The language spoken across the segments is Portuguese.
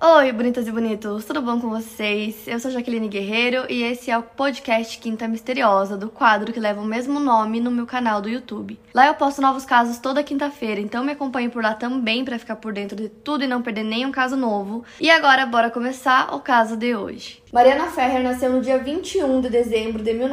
Oi, bonitas e bonitos, tudo bom com vocês? Eu sou Jaqueline Guerreiro e esse é o podcast Quinta Misteriosa, do quadro que leva o mesmo nome no meu canal do YouTube. Lá eu posto novos casos toda quinta-feira, então me acompanhe por lá também pra ficar por dentro de tudo e não perder nenhum caso novo. E agora, bora começar o caso de hoje. Mariana Ferrer nasceu no dia 21 de dezembro de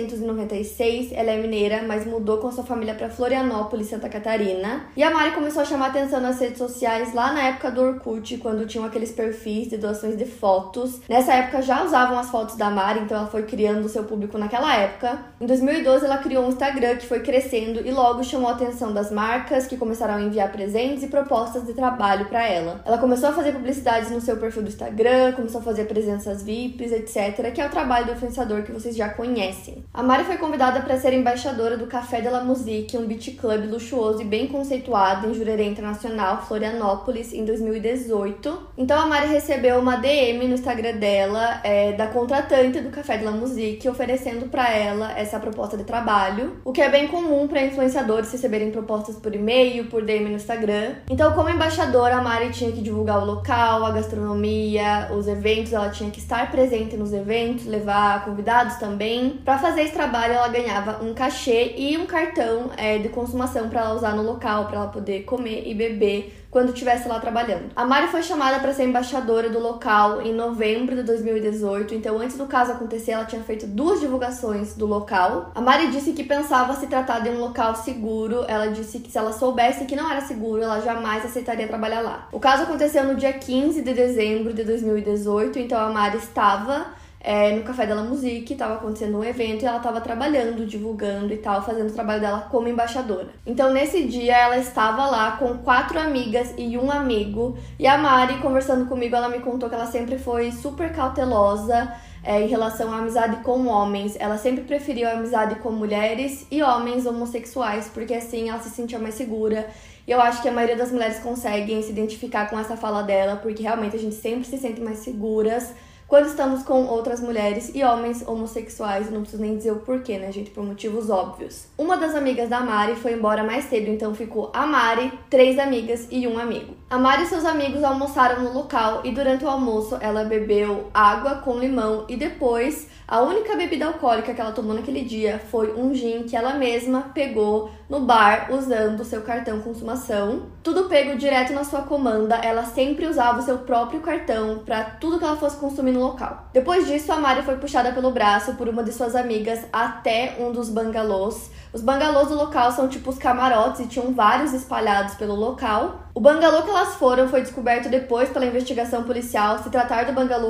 1996. Ela é mineira, mas mudou com sua família para Florianópolis, Santa Catarina. E a Mari começou a chamar atenção nas redes sociais lá na época do Orkut, quando tinham aqueles perfis de doações de fotos. Nessa época já usavam as fotos da Mari, então ela foi criando o seu público naquela época. Em 2012 ela criou um Instagram que foi crescendo e logo chamou a atenção das marcas, que começaram a enviar presentes e propostas de trabalho para ela. Ela começou a fazer publicidades no seu perfil do Instagram, começou a fazer presenças VIP, etc., que é o trabalho do influenciador que vocês já conhecem. A Mari foi convidada para ser embaixadora do Café de la Musique, um beach club luxuoso e bem conceituado em Jurerê Internacional, Florianópolis, em 2018. Então a Mari recebeu uma DM no Instagram dela, da contratante do Café de la Musique, oferecendo para ela essa proposta de trabalho, o que é bem comum para influenciadores receberem propostas por e-mail, por DM no Instagram. Então, como embaixadora, a Mari tinha que divulgar o local, a gastronomia, os eventos, ela tinha que estar presente nos eventos, levar convidados também. Para fazer esse trabalho, ela ganhava um cachê e um cartão de consumação para ela usar no local, para ela poder comer e beber quando estivesse lá trabalhando. A Mari foi chamada para ser embaixadora do local em novembro de 2018, então antes do caso acontecer, ela tinha feito 2 divulgações do local. A Mari disse que pensava se tratar de um local seguro. Ela disse que se ela soubesse que não era seguro, ela jamais aceitaria trabalhar lá. O caso aconteceu no dia 15 de dezembro de 2018, então a Mari estava no Café de la Musique, estava acontecendo um evento e ela estava trabalhando, divulgando e tal, fazendo o trabalho dela como embaixadora. Então nesse dia ela estava lá com 4 amigas e um amigo, e a Mari, conversando comigo, ela me contou que ela sempre foi super cautelosa em relação à amizade com homens. Ela sempre preferiu a amizade com mulheres e homens homossexuais, porque assim ela se sentia mais segura. E eu acho que a maioria das mulheres conseguem se identificar com essa fala dela, porque realmente a gente sempre se sente mais seguras quando estamos com outras mulheres e homens homossexuais. Não preciso nem dizer o porquê, né, gente? Por motivos óbvios. Uma das amigas da Mari foi embora mais cedo, então ficou a Mari, 3 amigas e um amigo. A Mari e seus amigos almoçaram no local e durante o almoço ela bebeu água com limão e depois a única bebida alcoólica que ela tomou naquele dia foi um gin que ela mesma pegou no bar usando o seu cartão consumação. Tudo pego direto na sua comanda. Ela sempre usava o seu próprio cartão para tudo que ela fosse consumir no local. Depois disso, a Mari foi puxada pelo braço por uma de suas amigas até um dos bangalôs. Os bangalôs do local são tipo os camarotes e tinham vários espalhados pelo local. O bangalô que elas foram foi descoberto depois pela investigação policial se tratar do bangalô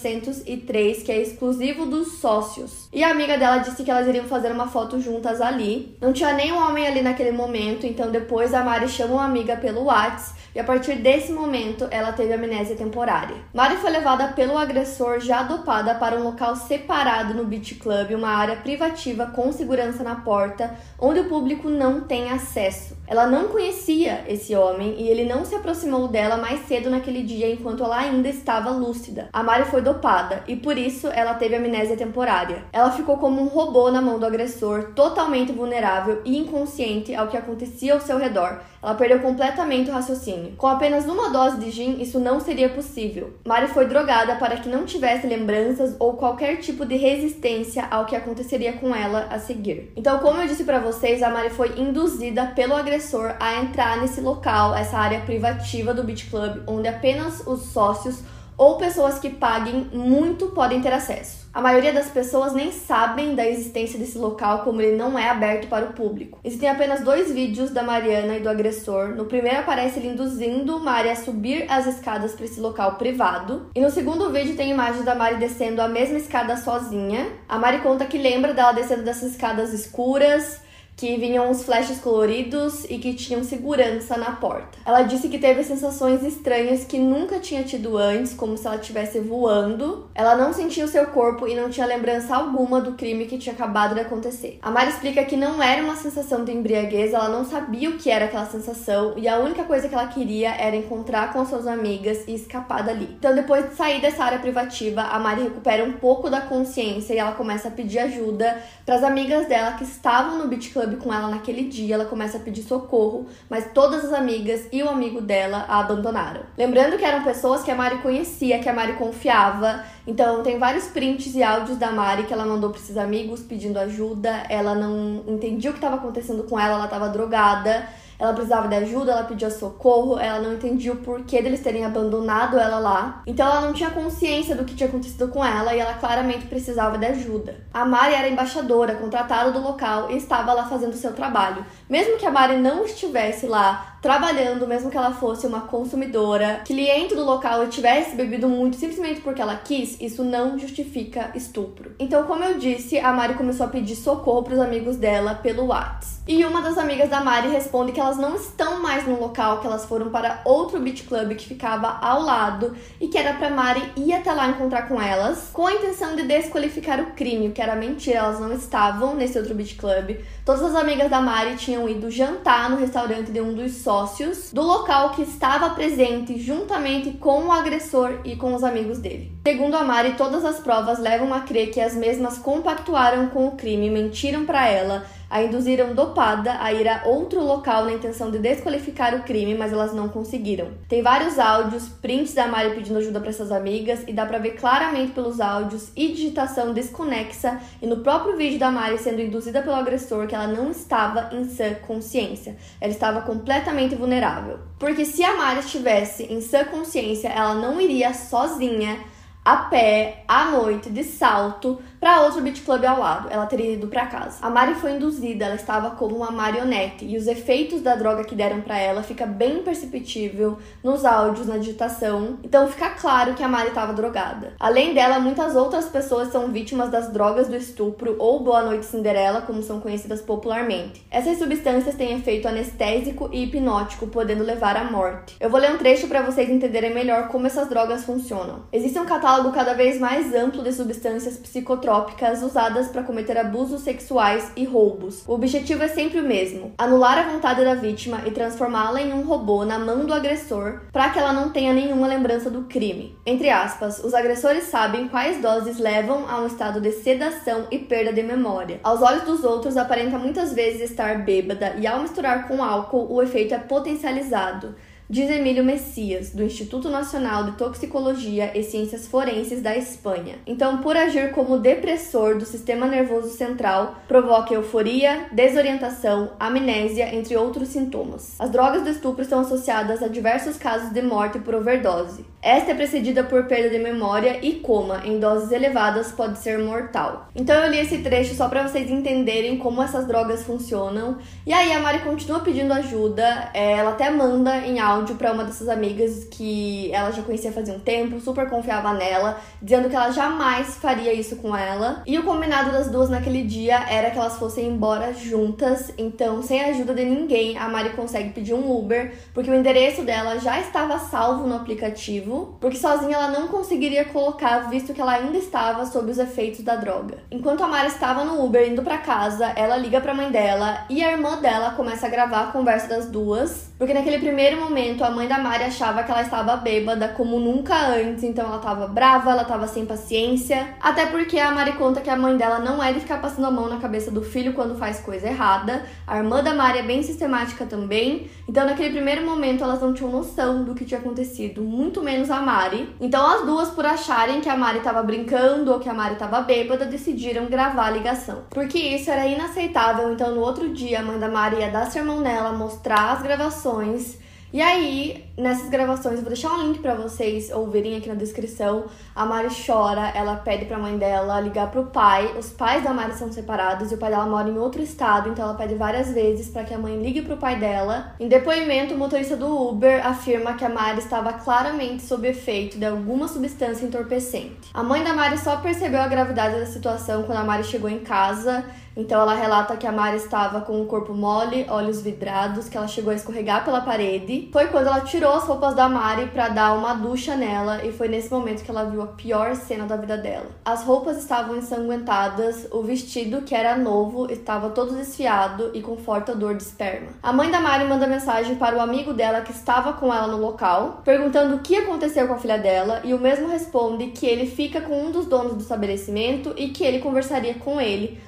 403, que é exclusivo dos sócios. E a amiga dela disse que elas iriam fazer uma foto juntas ali. Não tinha nenhum homem ali naquele momento, então depois a Mari chama uma amiga pelo WhatsApp e a partir desse momento ela teve amnésia temporária. Mari foi levada pelo agressor já dopada para um local separado no Beach Club, uma área privativa com segurança na porta, onde o público não tem acesso. Ela não conhecia esse homem e ele não se aproximou dela mais cedo naquele dia enquanto ela ainda estava lúcida. A Mari foi dopada e por isso ela teve amnésia temporária. Ela ficou como um robô na mão do agressor, totalmente vulnerável e inconsciente ao que acontecia ao seu redor. Ela perdeu completamente o raciocínio. Com apenas uma dose de gin, isso não seria possível. Mari foi drogada para que não tivesse lembranças ou qualquer tipo de resistência ao que aconteceria com ela a seguir. Então, como eu disse para vocês, a Mari foi induzida pelo agressor a entrar nesse local, essa área privativa do Beach Club, onde apenas os sócios ou pessoas que paguem muito podem ter acesso. A maioria das pessoas nem sabem da existência desse local, como ele não é aberto para o público. Existem apenas 2 vídeos da Mariana e do agressor. No primeiro aparece ele induzindo Mari a subir as escadas para esse local privado. E no segundo vídeo tem imagens da Mari descendo a mesma escada sozinha. A Mari conta que lembra dela descendo dessas escadas escuras, que vinham uns flashes coloridos e que tinham segurança na porta. Ela disse que teve sensações estranhas que nunca tinha tido antes, como se ela estivesse voando. Ela não sentia o seu corpo e não tinha lembrança alguma do crime que tinha acabado de acontecer. A Mari explica que não era uma sensação de embriaguez, ela não sabia o que era aquela sensação e a única coisa que ela queria era encontrar com as suas amigas e escapar dali. Então, depois de sair dessa área privativa, a Mari recupera um pouco da consciência e ela começa a pedir ajuda para as amigas dela que estavam no Beach Club club com ela naquele dia, ela começa a pedir socorro, mas todas as amigas e o amigo dela a abandonaram. Lembrando que eram pessoas que a Mari conhecia, que a Mari confiava, então tem vários prints e áudios da Mari que ela mandou para esses amigos pedindo ajuda, ela não entendia o que estava acontecendo com ela estava drogada, ela precisava de ajuda, ela pedia socorro, ela não entendia o porquê deles terem abandonado ela lá. Então ela não tinha consciência do que tinha acontecido com ela e ela claramente precisava de ajuda. A Mari era embaixadora, contratada do local e estava lá fazendo o seu trabalho. Mesmo que a Mari não estivesse lá trabalhando, mesmo que ela fosse uma consumidora, cliente do local e tivesse bebido muito simplesmente porque ela quis, isso não justifica estupro. Então, como eu disse, a Mari começou a pedir socorro para os amigos dela pelo WhatsApp. E uma das amigas da Mari responde que elas não estão mais no local, que elas foram para outro beach club que ficava ao lado e que era pra Mari ir até lá encontrar com elas, com a intenção de desqualificar o crime, o que era mentira, elas não estavam nesse outro beach club. Todas as amigas da Mari tinham ido jantar no restaurante de um dos sócios do local que estava presente juntamente com o agressor e com os amigos dele. Segundo a Mari, todas as provas levam a crer que as mesmas compactuaram com o crime, mentiram pra ela, a induziram dopada a ir a outro local na intenção de desqualificar o crime, mas elas não conseguiram. Tem vários áudios, prints da Mari pedindo ajuda para essas amigas e dá pra ver claramente pelos áudios e digitação desconexa e no próprio vídeo da Mari sendo induzida pelo agressor que ela não estava em sã consciência. Ela estava completamente vulnerável. Porque se a Mari estivesse em sã consciência, ela não iria sozinha, a pé, à noite, de salto, para outro beach club ao lado. Ela teria ido para casa. A Mari foi induzida, ela estava como uma marionete e os efeitos da droga que deram para ela fica bem perceptível nos áudios, na digitação. Então fica claro que a Mari estava drogada. Além dela, muitas outras pessoas são vítimas das drogas do estupro ou Boa Noite Cinderela, como são conhecidas popularmente. Essas substâncias têm efeito anestésico e hipnótico, podendo levar à morte. Eu vou ler um trecho para vocês entenderem melhor como essas drogas funcionam. Existe um catálogo cada vez mais amplo de substâncias psicotrópicas usadas para cometer abusos sexuais e roubos. O objetivo é sempre o mesmo: anular a vontade da vítima e transformá-la em um robô na mão do agressor para que ela não tenha nenhuma lembrança do crime. Entre aspas, os agressores sabem quais doses levam a um estado de sedação e perda de memória. Aos olhos dos outros, aparenta muitas vezes estar bêbada e ao misturar com álcool, o efeito é potencializado. Diz Emílio Messias, do Instituto Nacional de Toxicologia e Ciências Forenses da Espanha. Então, por agir como depressor do sistema nervoso central, provoca euforia, desorientação, amnésia, entre outros sintomas. As drogas do estupro estão associadas a diversos casos de morte por overdose. Esta é precedida por perda de memória e coma, em doses elevadas pode ser mortal. Então eu li esse trecho só para vocês entenderem como essas drogas funcionam. E aí a Mari continua pedindo ajuda, ela até manda em áudio para uma dessas amigas que ela já conhecia fazia um tempo, super confiava nela, dizendo que ela jamais faria isso com ela. E o combinado das duas naquele dia era que elas fossem embora juntas, então sem a ajuda de ninguém, a Mari consegue pedir um Uber, porque o endereço dela já estava salvo no aplicativo, porque sozinha ela não conseguiria colocar, visto que ela ainda estava sob os efeitos da droga. Enquanto a Mari estava no Uber indo pra casa, ela liga pra mãe dela e a irmã dela começa a gravar a conversa das duas, porque naquele primeiro momento a mãe da Mari achava que ela estava bêbada como nunca antes, então ela estava brava, ela estava sem paciência, até porque a Mari conta que a mãe dela não é de ficar passando a mão na cabeça do filho quando faz coisa errada. A irmã da Mari é bem sistemática também, então naquele primeiro momento elas não tinham noção do que tinha acontecido, muito menos a Mari. Então as duas, por acharem que a Mari estava brincando ou que a Mari estava bêbada, decidiram gravar a ligação, porque isso era inaceitável. Então no outro dia a mãe da Mari ia dar sermão nela, mostrar as gravações. E aí, nessas gravações, eu vou deixar um link pra vocês ouvirem aqui na descrição. A Mari chora, ela pede pra mãe dela ligar pro pai. Os pais da Mari são separados e o pai dela mora em outro estado, então ela pede várias vezes pra que a mãe ligue pro pai dela. Em depoimento, o motorista do Uber afirma que a Mari estava claramente sob efeito de alguma substância entorpecente. A mãe da Mari só percebeu a gravidade da situação quando a Mari chegou em casa. Então ela relata que a Mari estava com o corpo mole, olhos vidrados, que ela chegou a escorregar pela parede. Foi quando ela tirou as roupas da Mari pra dar uma ducha nela e foi nesse momento que ela viu a pior cena da vida dela. As roupas estavam ensanguentadas, o vestido, que era novo, estava todo desfiado e com forte odor de esperma. A mãe da Mari manda mensagem para o amigo dela que estava com ela no local, perguntando o que aconteceu com a filha dela, e o mesmo responde que ele fica com um dos donos do estabelecimento e que ele conversaria com ele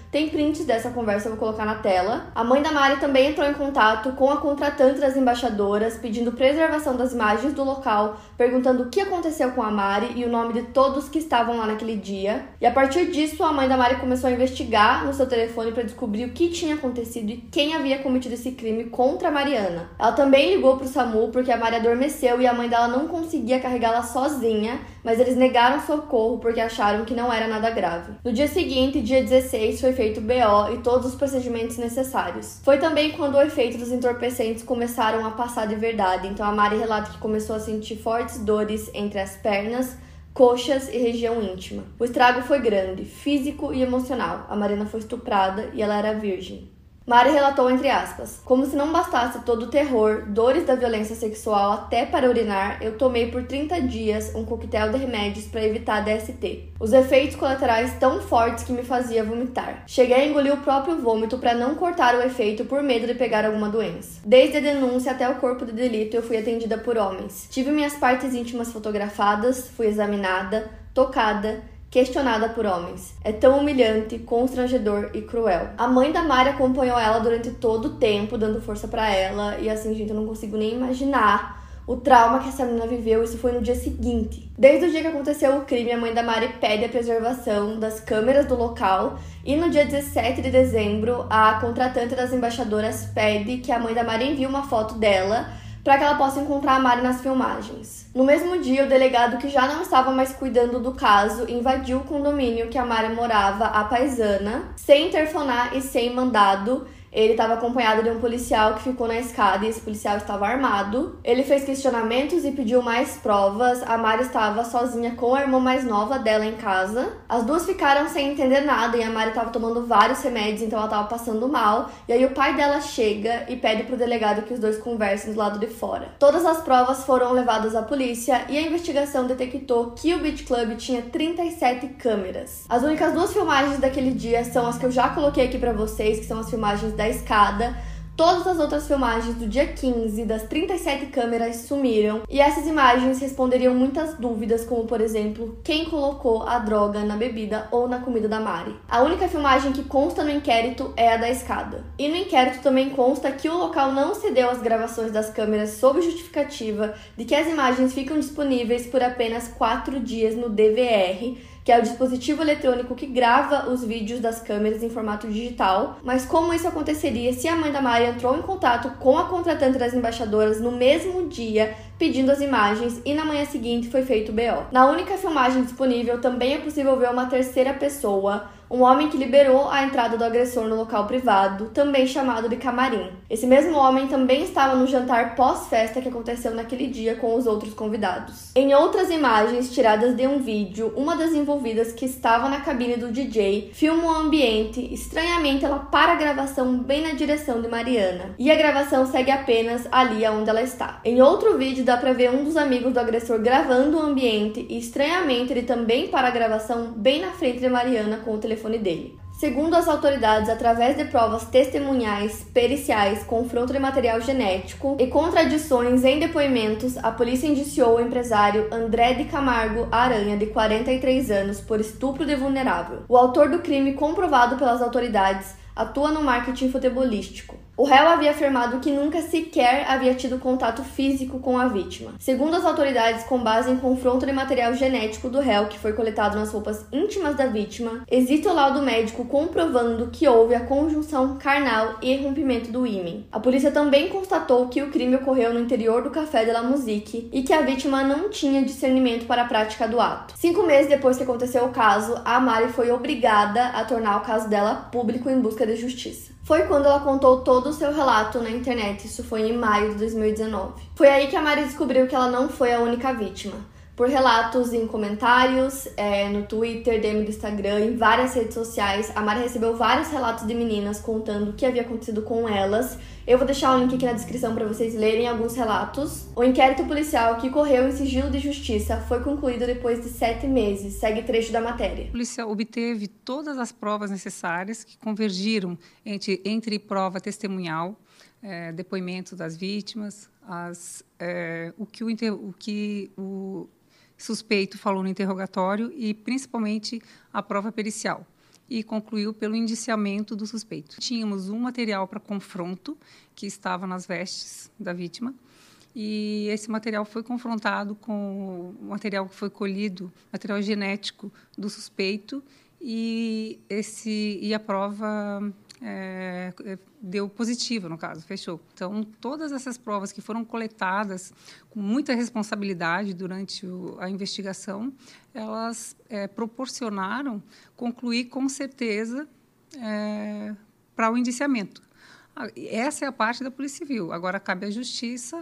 Tem prints dessa conversa, eu vou colocar na tela. A mãe da Mari também entrou em contato com a contratante das embaixadoras, pedindo preservação das imagens do local, perguntando o que aconteceu com a Mari e o nome de todos que estavam lá naquele dia. E a partir disso, a mãe da Mari começou a investigar no seu telefone para descobrir o que tinha acontecido e quem havia cometido esse crime contra a Mariana. Ela também ligou pro SAMU porque a Mari adormeceu e a mãe dela não conseguia carregá-la sozinha, mas eles negaram socorro porque acharam que não era nada grave. No dia seguinte, dia 16, foi feito o BO e todos os procedimentos necessários. Foi também quando o efeito dos entorpecentes começaram a passar de verdade, então a Mari relata que começou a sentir fortes dores entre as pernas, coxas e região íntima. O estrago foi grande, físico e emocional. A Mariana foi estuprada e ela era virgem. Mari relatou, entre aspas, como se não bastasse todo o terror, dores da violência sexual até para urinar, eu tomei por 30 dias um coquetel de remédios para evitar DST. Os efeitos colaterais tão fortes que me fazia vomitar. Cheguei a engolir o próprio vômito para não cortar o efeito por medo de pegar alguma doença. Desde a denúncia até o corpo de delito eu fui atendida por homens. Tive minhas partes íntimas fotografadas, fui examinada, tocada, questionada por homens. É tão humilhante, constrangedor e cruel. A mãe da Mari acompanhou ela durante todo o tempo, dando força pra ela. E assim, gente, eu não consigo nem imaginar o trauma que essa menina viveu. Isso foi no dia seguinte. Desde o dia que aconteceu o crime, a mãe da Mari pede a preservação das câmeras do local. E no dia 17 de dezembro, a contratante das embaixadoras pede que a mãe da Mari envie uma foto dela para que ela possa encontrar a Mari nas filmagens. No mesmo dia, o delegado, que já não estava mais cuidando do caso, invadiu o condomínio que a Mari morava, a Paisana, sem interfonar e sem mandado. Ele estava acompanhado de um policial que ficou na escada e esse policial estava armado. Ele fez questionamentos e pediu mais provas. A Mari estava sozinha com a irmã mais nova dela em casa. As duas ficaram sem entender nada e a Mari estava tomando vários remédios, então ela estava passando mal. E aí o pai dela chega e pede pro delegado que os dois conversem do lado de fora. Todas as provas foram levadas à polícia e a investigação detectou que o Beach Club tinha 37 câmeras. As únicas duas filmagens daquele dia são as que eu já coloquei aqui pra vocês, que são as filmagens da escada. Todas as outras filmagens do dia 15 das 37 câmeras sumiram e essas imagens responderiam muitas dúvidas, como por exemplo, quem colocou a droga na bebida ou na comida da Mari. A única filmagem que consta no inquérito é a da escada. E no inquérito também consta que o local não cedeu as gravações das câmeras sob justificativa de que as imagens ficam disponíveis por apenas 4 dias no DVR, que é o dispositivo eletrônico que grava os vídeos das câmeras em formato digital. Mas como isso aconteceria se a mãe da Mari entrou em contato com a contratante das embaixadoras no mesmo dia, pedindo as imagens, e na manhã seguinte foi feito o BO. Na única filmagem disponível também é possível ver uma terceira pessoa, um homem que liberou a entrada do agressor no local privado, também chamado de camarim. Esse mesmo homem também estava no jantar pós-festa que aconteceu naquele dia com os outros convidados. Em outras imagens tiradas de um vídeo, uma das envolvidas, que estava na cabine do DJ, filma o ambiente. Estranhamente, ela para a gravação bem na direção de Mariana, e a gravação segue apenas ali onde ela está. Em outro vídeo dá pra ver um dos amigos do agressor gravando o ambiente e, estranhamente, ele também para a gravação bem na frente de Mariana com o telefone dele. Segundo as autoridades, através de provas testemunhais, periciais, confronto de material genético e contradições em depoimentos, a polícia indiciou o empresário André de Camargo Aranha, de 43 anos, por estupro de vulnerável. O autor do crime, comprovado pelas autoridades, atua no marketing futebolístico. O réu havia afirmado que nunca sequer havia tido contato físico com a vítima. Segundo as autoridades, com base em confronto de material genético do réu, que foi coletado nas roupas íntimas da vítima, existe o laudo médico comprovando que houve a conjunção carnal e rompimento do ímen. A polícia também constatou que o crime ocorreu no interior do Café de la Musique e que a vítima não tinha discernimento para a prática do ato. 5 meses depois que aconteceu o caso, a Mari foi obrigada a tornar o caso dela público em busca de justiça. Foi quando ela contou todo o seu relato na internet, isso foi em maio de 2019. Foi aí que a Mari descobriu que ela não foi a única vítima. Por relatos em comentários, no Twitter, DM do Instagram, em várias redes sociais, a Mari recebeu vários relatos de meninas contando o que havia acontecido com elas. Eu vou deixar um link aqui na descrição para vocês lerem alguns relatos. O inquérito policial, que correu em sigilo de justiça, foi concluído depois de 7 meses. Segue trecho da matéria. A polícia obteve todas as provas necessárias que convergiram entre prova testemunhal, depoimento das vítimas, o que o suspeito falou no interrogatório e, principalmente, a prova pericial. e concluiu pelo indiciamento do suspeito. Tínhamos um material para confronto que estava nas vestes da vítima, e esse material foi confrontado com o material que foi colhido, material genético do suspeito, e a prova deu positiva, no caso, fechou. Então, todas essas provas que foram coletadas com muita responsabilidade durante a investigação, elas proporcionaram concluir com certeza para o indiciamento. Essa é a parte da Polícia Civil. Agora, cabe à Justiça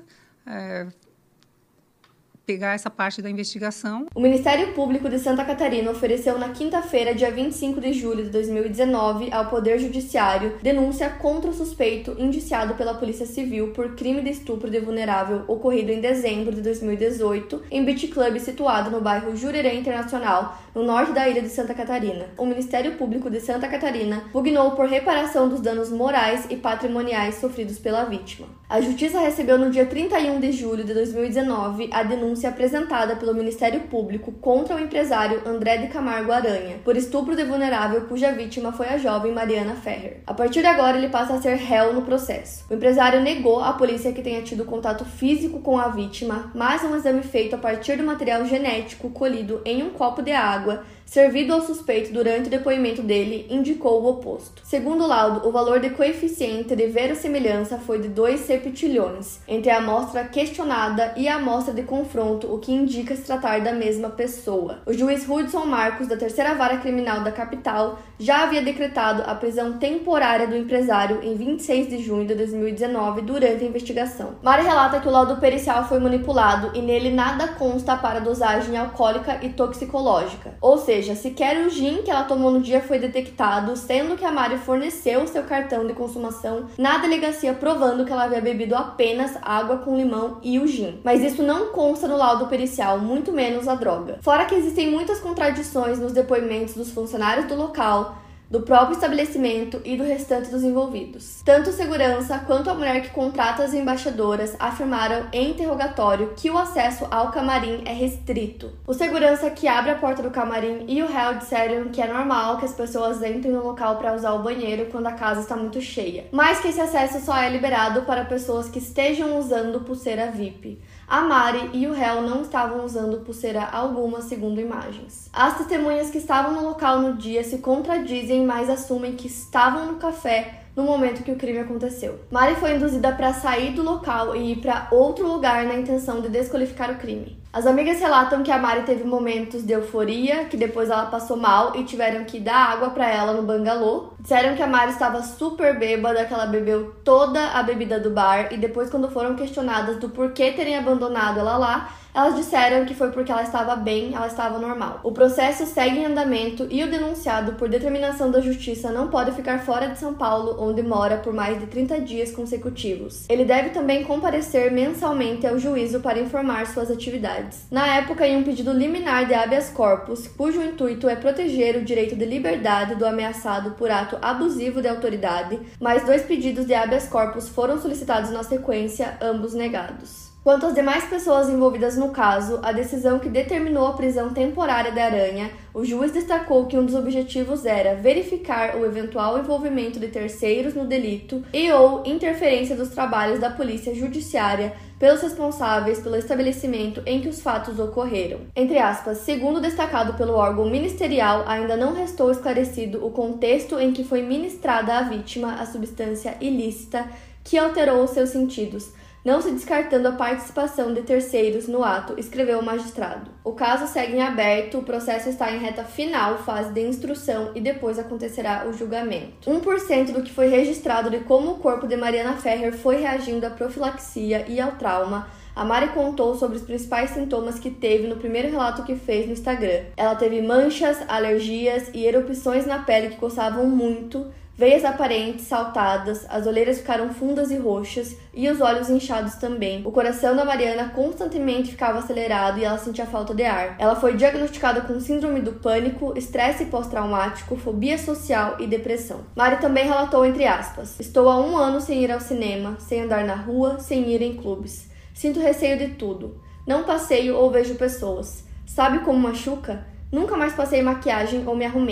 pegar essa parte da investigação. O Ministério Público de Santa Catarina ofereceu na quinta-feira, dia 25 de julho de 2019, ao Poder Judiciário denúncia contra o suspeito indiciado pela Polícia Civil por crime de estupro de vulnerável ocorrido em dezembro de 2018 em Beach Club situado no bairro Jurerê Internacional, no norte da ilha de Santa Catarina. O Ministério Público de Santa Catarina pugnou por reparação dos danos morais e patrimoniais sofridos pela vítima. A Justiça recebeu no dia 31 de julho de 2019 a denúncia apresentada pelo Ministério Público contra o empresário André de Camargo Aranha por estupro de vulnerável cuja vítima foi a jovem Mariana Ferrer. A partir de agora, ele passa a ser réu no processo. O empresário negou à polícia que tenha tido contato físico com a vítima, mas um exame feito a partir do material genético colhido em um copo de água servido ao suspeito durante o depoimento dele, indicou o oposto. Segundo o laudo, o valor de coeficiente de verossimilhança foi de 2 septilhões entre a amostra questionada e a amostra de confronto, o que indica se tratar da mesma pessoa. O juiz Hudson Marcos, da Terceira Vara Criminal da capital, já havia decretado a prisão temporária do empresário em 26 de junho de 2019 durante a investigação. Mari relata que o laudo pericial foi manipulado e nele nada consta para dosagem alcoólica e toxicológica. Ou seja, sequer o gin que ela tomou no dia foi detectado, sendo que a Mari forneceu seu cartão de consumação na delegacia provando que ela havia bebido apenas água com limão e o gin. Mas isso não consta no laudo pericial, muito menos a droga. Fora que existem muitas contradições nos depoimentos dos funcionários do local, do próprio estabelecimento e do restante dos envolvidos. Tanto o segurança quanto a mulher que contrata as embaixadoras afirmaram em interrogatório que o acesso ao camarim é restrito. O segurança que abre a porta do camarim e o réu disseram que é normal que as pessoas entrem no local para usar o banheiro quando a casa está muito cheia, mas que esse acesso só é liberado para pessoas que estejam usando pulseira VIP. A Mari e o réu não estavam usando pulseira alguma, segundo imagens. As testemunhas que estavam no local no dia se contradizem, mas assumem que estavam no café no momento que o crime aconteceu. Mari foi induzida para sair do local e ir para outro lugar na intenção de desqualificar o crime. As amigas relatam que a Mari teve momentos de euforia, que depois ela passou mal e tiveram que dar água para ela no bangalô. Disseram que a Mari estava super bêbada, que ela bebeu toda a bebida do bar e depois, quando foram questionadas do porquê terem abandonado ela lá, elas disseram que foi porque ela estava bem, ela estava normal. O processo segue em andamento e o denunciado, por determinação da justiça, não pode ficar fora de São Paulo, onde mora, por mais de 30 dias consecutivos. Ele deve também comparecer mensalmente ao juízo para informar suas atividades. Na época, em um pedido liminar de habeas corpus, cujo intuito é proteger o direito de liberdade do ameaçado por ato abusivo de autoridade, mais 2 pedidos de habeas corpus foram solicitados na sequência, ambos negados. Quanto às demais pessoas envolvidas no caso, a decisão que determinou a prisão temporária da Aranha, o juiz destacou que um dos objetivos era verificar o eventual envolvimento de terceiros no delito e ou interferência dos trabalhos da polícia judiciária pelos responsáveis pelo estabelecimento em que os fatos ocorreram. Entre aspas, segundo destacado pelo órgão ministerial, ainda não restou esclarecido o contexto em que foi ministrada à vítima a substância ilícita que alterou seus sentidos, não se descartando a participação de terceiros no ato, escreveu o magistrado. O caso segue em aberto, o processo está em reta final, fase de instrução e depois acontecerá o julgamento. 1% do que foi registrado de como o corpo de Mariana Ferrer foi reagindo à profilaxia e ao trauma. A Mari contou sobre os principais sintomas que teve no primeiro relato que fez no Instagram. Ela teve manchas, alergias e erupções na pele que coçavam muito, veias aparentes saltadas, as olheiras ficaram fundas e roxas e os olhos inchados também. O coração da Mariana constantemente ficava acelerado e ela sentia falta de ar. Ela foi diagnosticada com síndrome do pânico, estresse pós-traumático, fobia social e depressão. Mari também relatou, entre aspas, estou há 1 ano sem ir ao cinema, sem andar na rua, sem ir em clubes. Sinto receio de tudo. Não passeio ou vejo pessoas. Sabe como machuca? Nunca mais passei maquiagem ou me arrumei.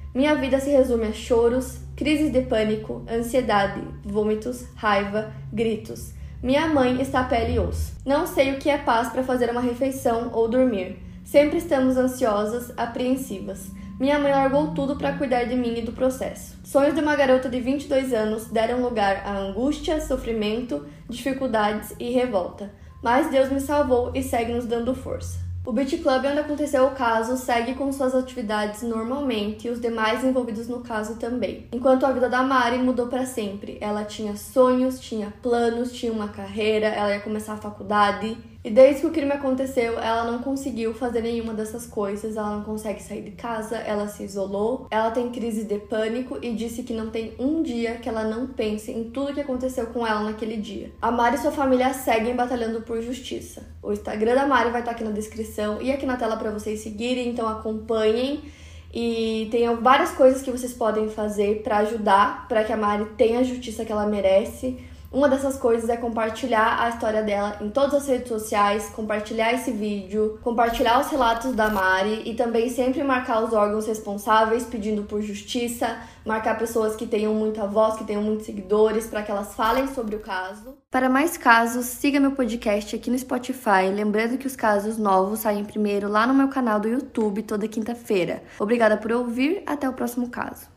Minha vida se resume a choros, crises de pânico, ansiedade, vômitos, raiva, gritos. Minha mãe está pele e osso. Não sei o que é paz para fazer uma refeição ou dormir. Sempre estamos ansiosas, apreensivas. Minha mãe largou tudo para cuidar de mim e do processo. Sonhos de uma garota de 22 anos deram lugar a angústia, sofrimento, dificuldades e revolta. Mas Deus me salvou e segue nos dando força. O Beach Club onde aconteceu o caso segue com suas atividades normalmente e os demais envolvidos no caso também. Enquanto a vida da Mari mudou para sempre. Ela tinha sonhos, tinha planos, tinha uma carreira, ela ia começar a faculdade. E desde que o crime aconteceu, ela não conseguiu fazer nenhuma dessas coisas, ela não consegue sair de casa, ela se isolou, ela tem crise de pânico e disse que não tem um dia que ela não pense em tudo que aconteceu com ela naquele dia. A Mari e sua família seguem batalhando por justiça. O Instagram da Mari vai estar aqui na descrição e aqui na tela para vocês seguirem, então acompanhem. E tem várias coisas que vocês podem fazer para ajudar, para que a Mari tenha a justiça que ela merece. Uma dessas coisas é compartilhar a história dela em todas as redes sociais, compartilhar esse vídeo, compartilhar os relatos da Mari e também sempre marcar os órgãos responsáveis pedindo por justiça, marcar pessoas que tenham muita voz, que tenham muitos seguidores, para que elas falem sobre o caso. Para mais casos, siga meu podcast aqui no Spotify, lembrando que os casos novos saem primeiro lá no meu canal do YouTube toda quinta-feira. Obrigada por ouvir, até o próximo caso.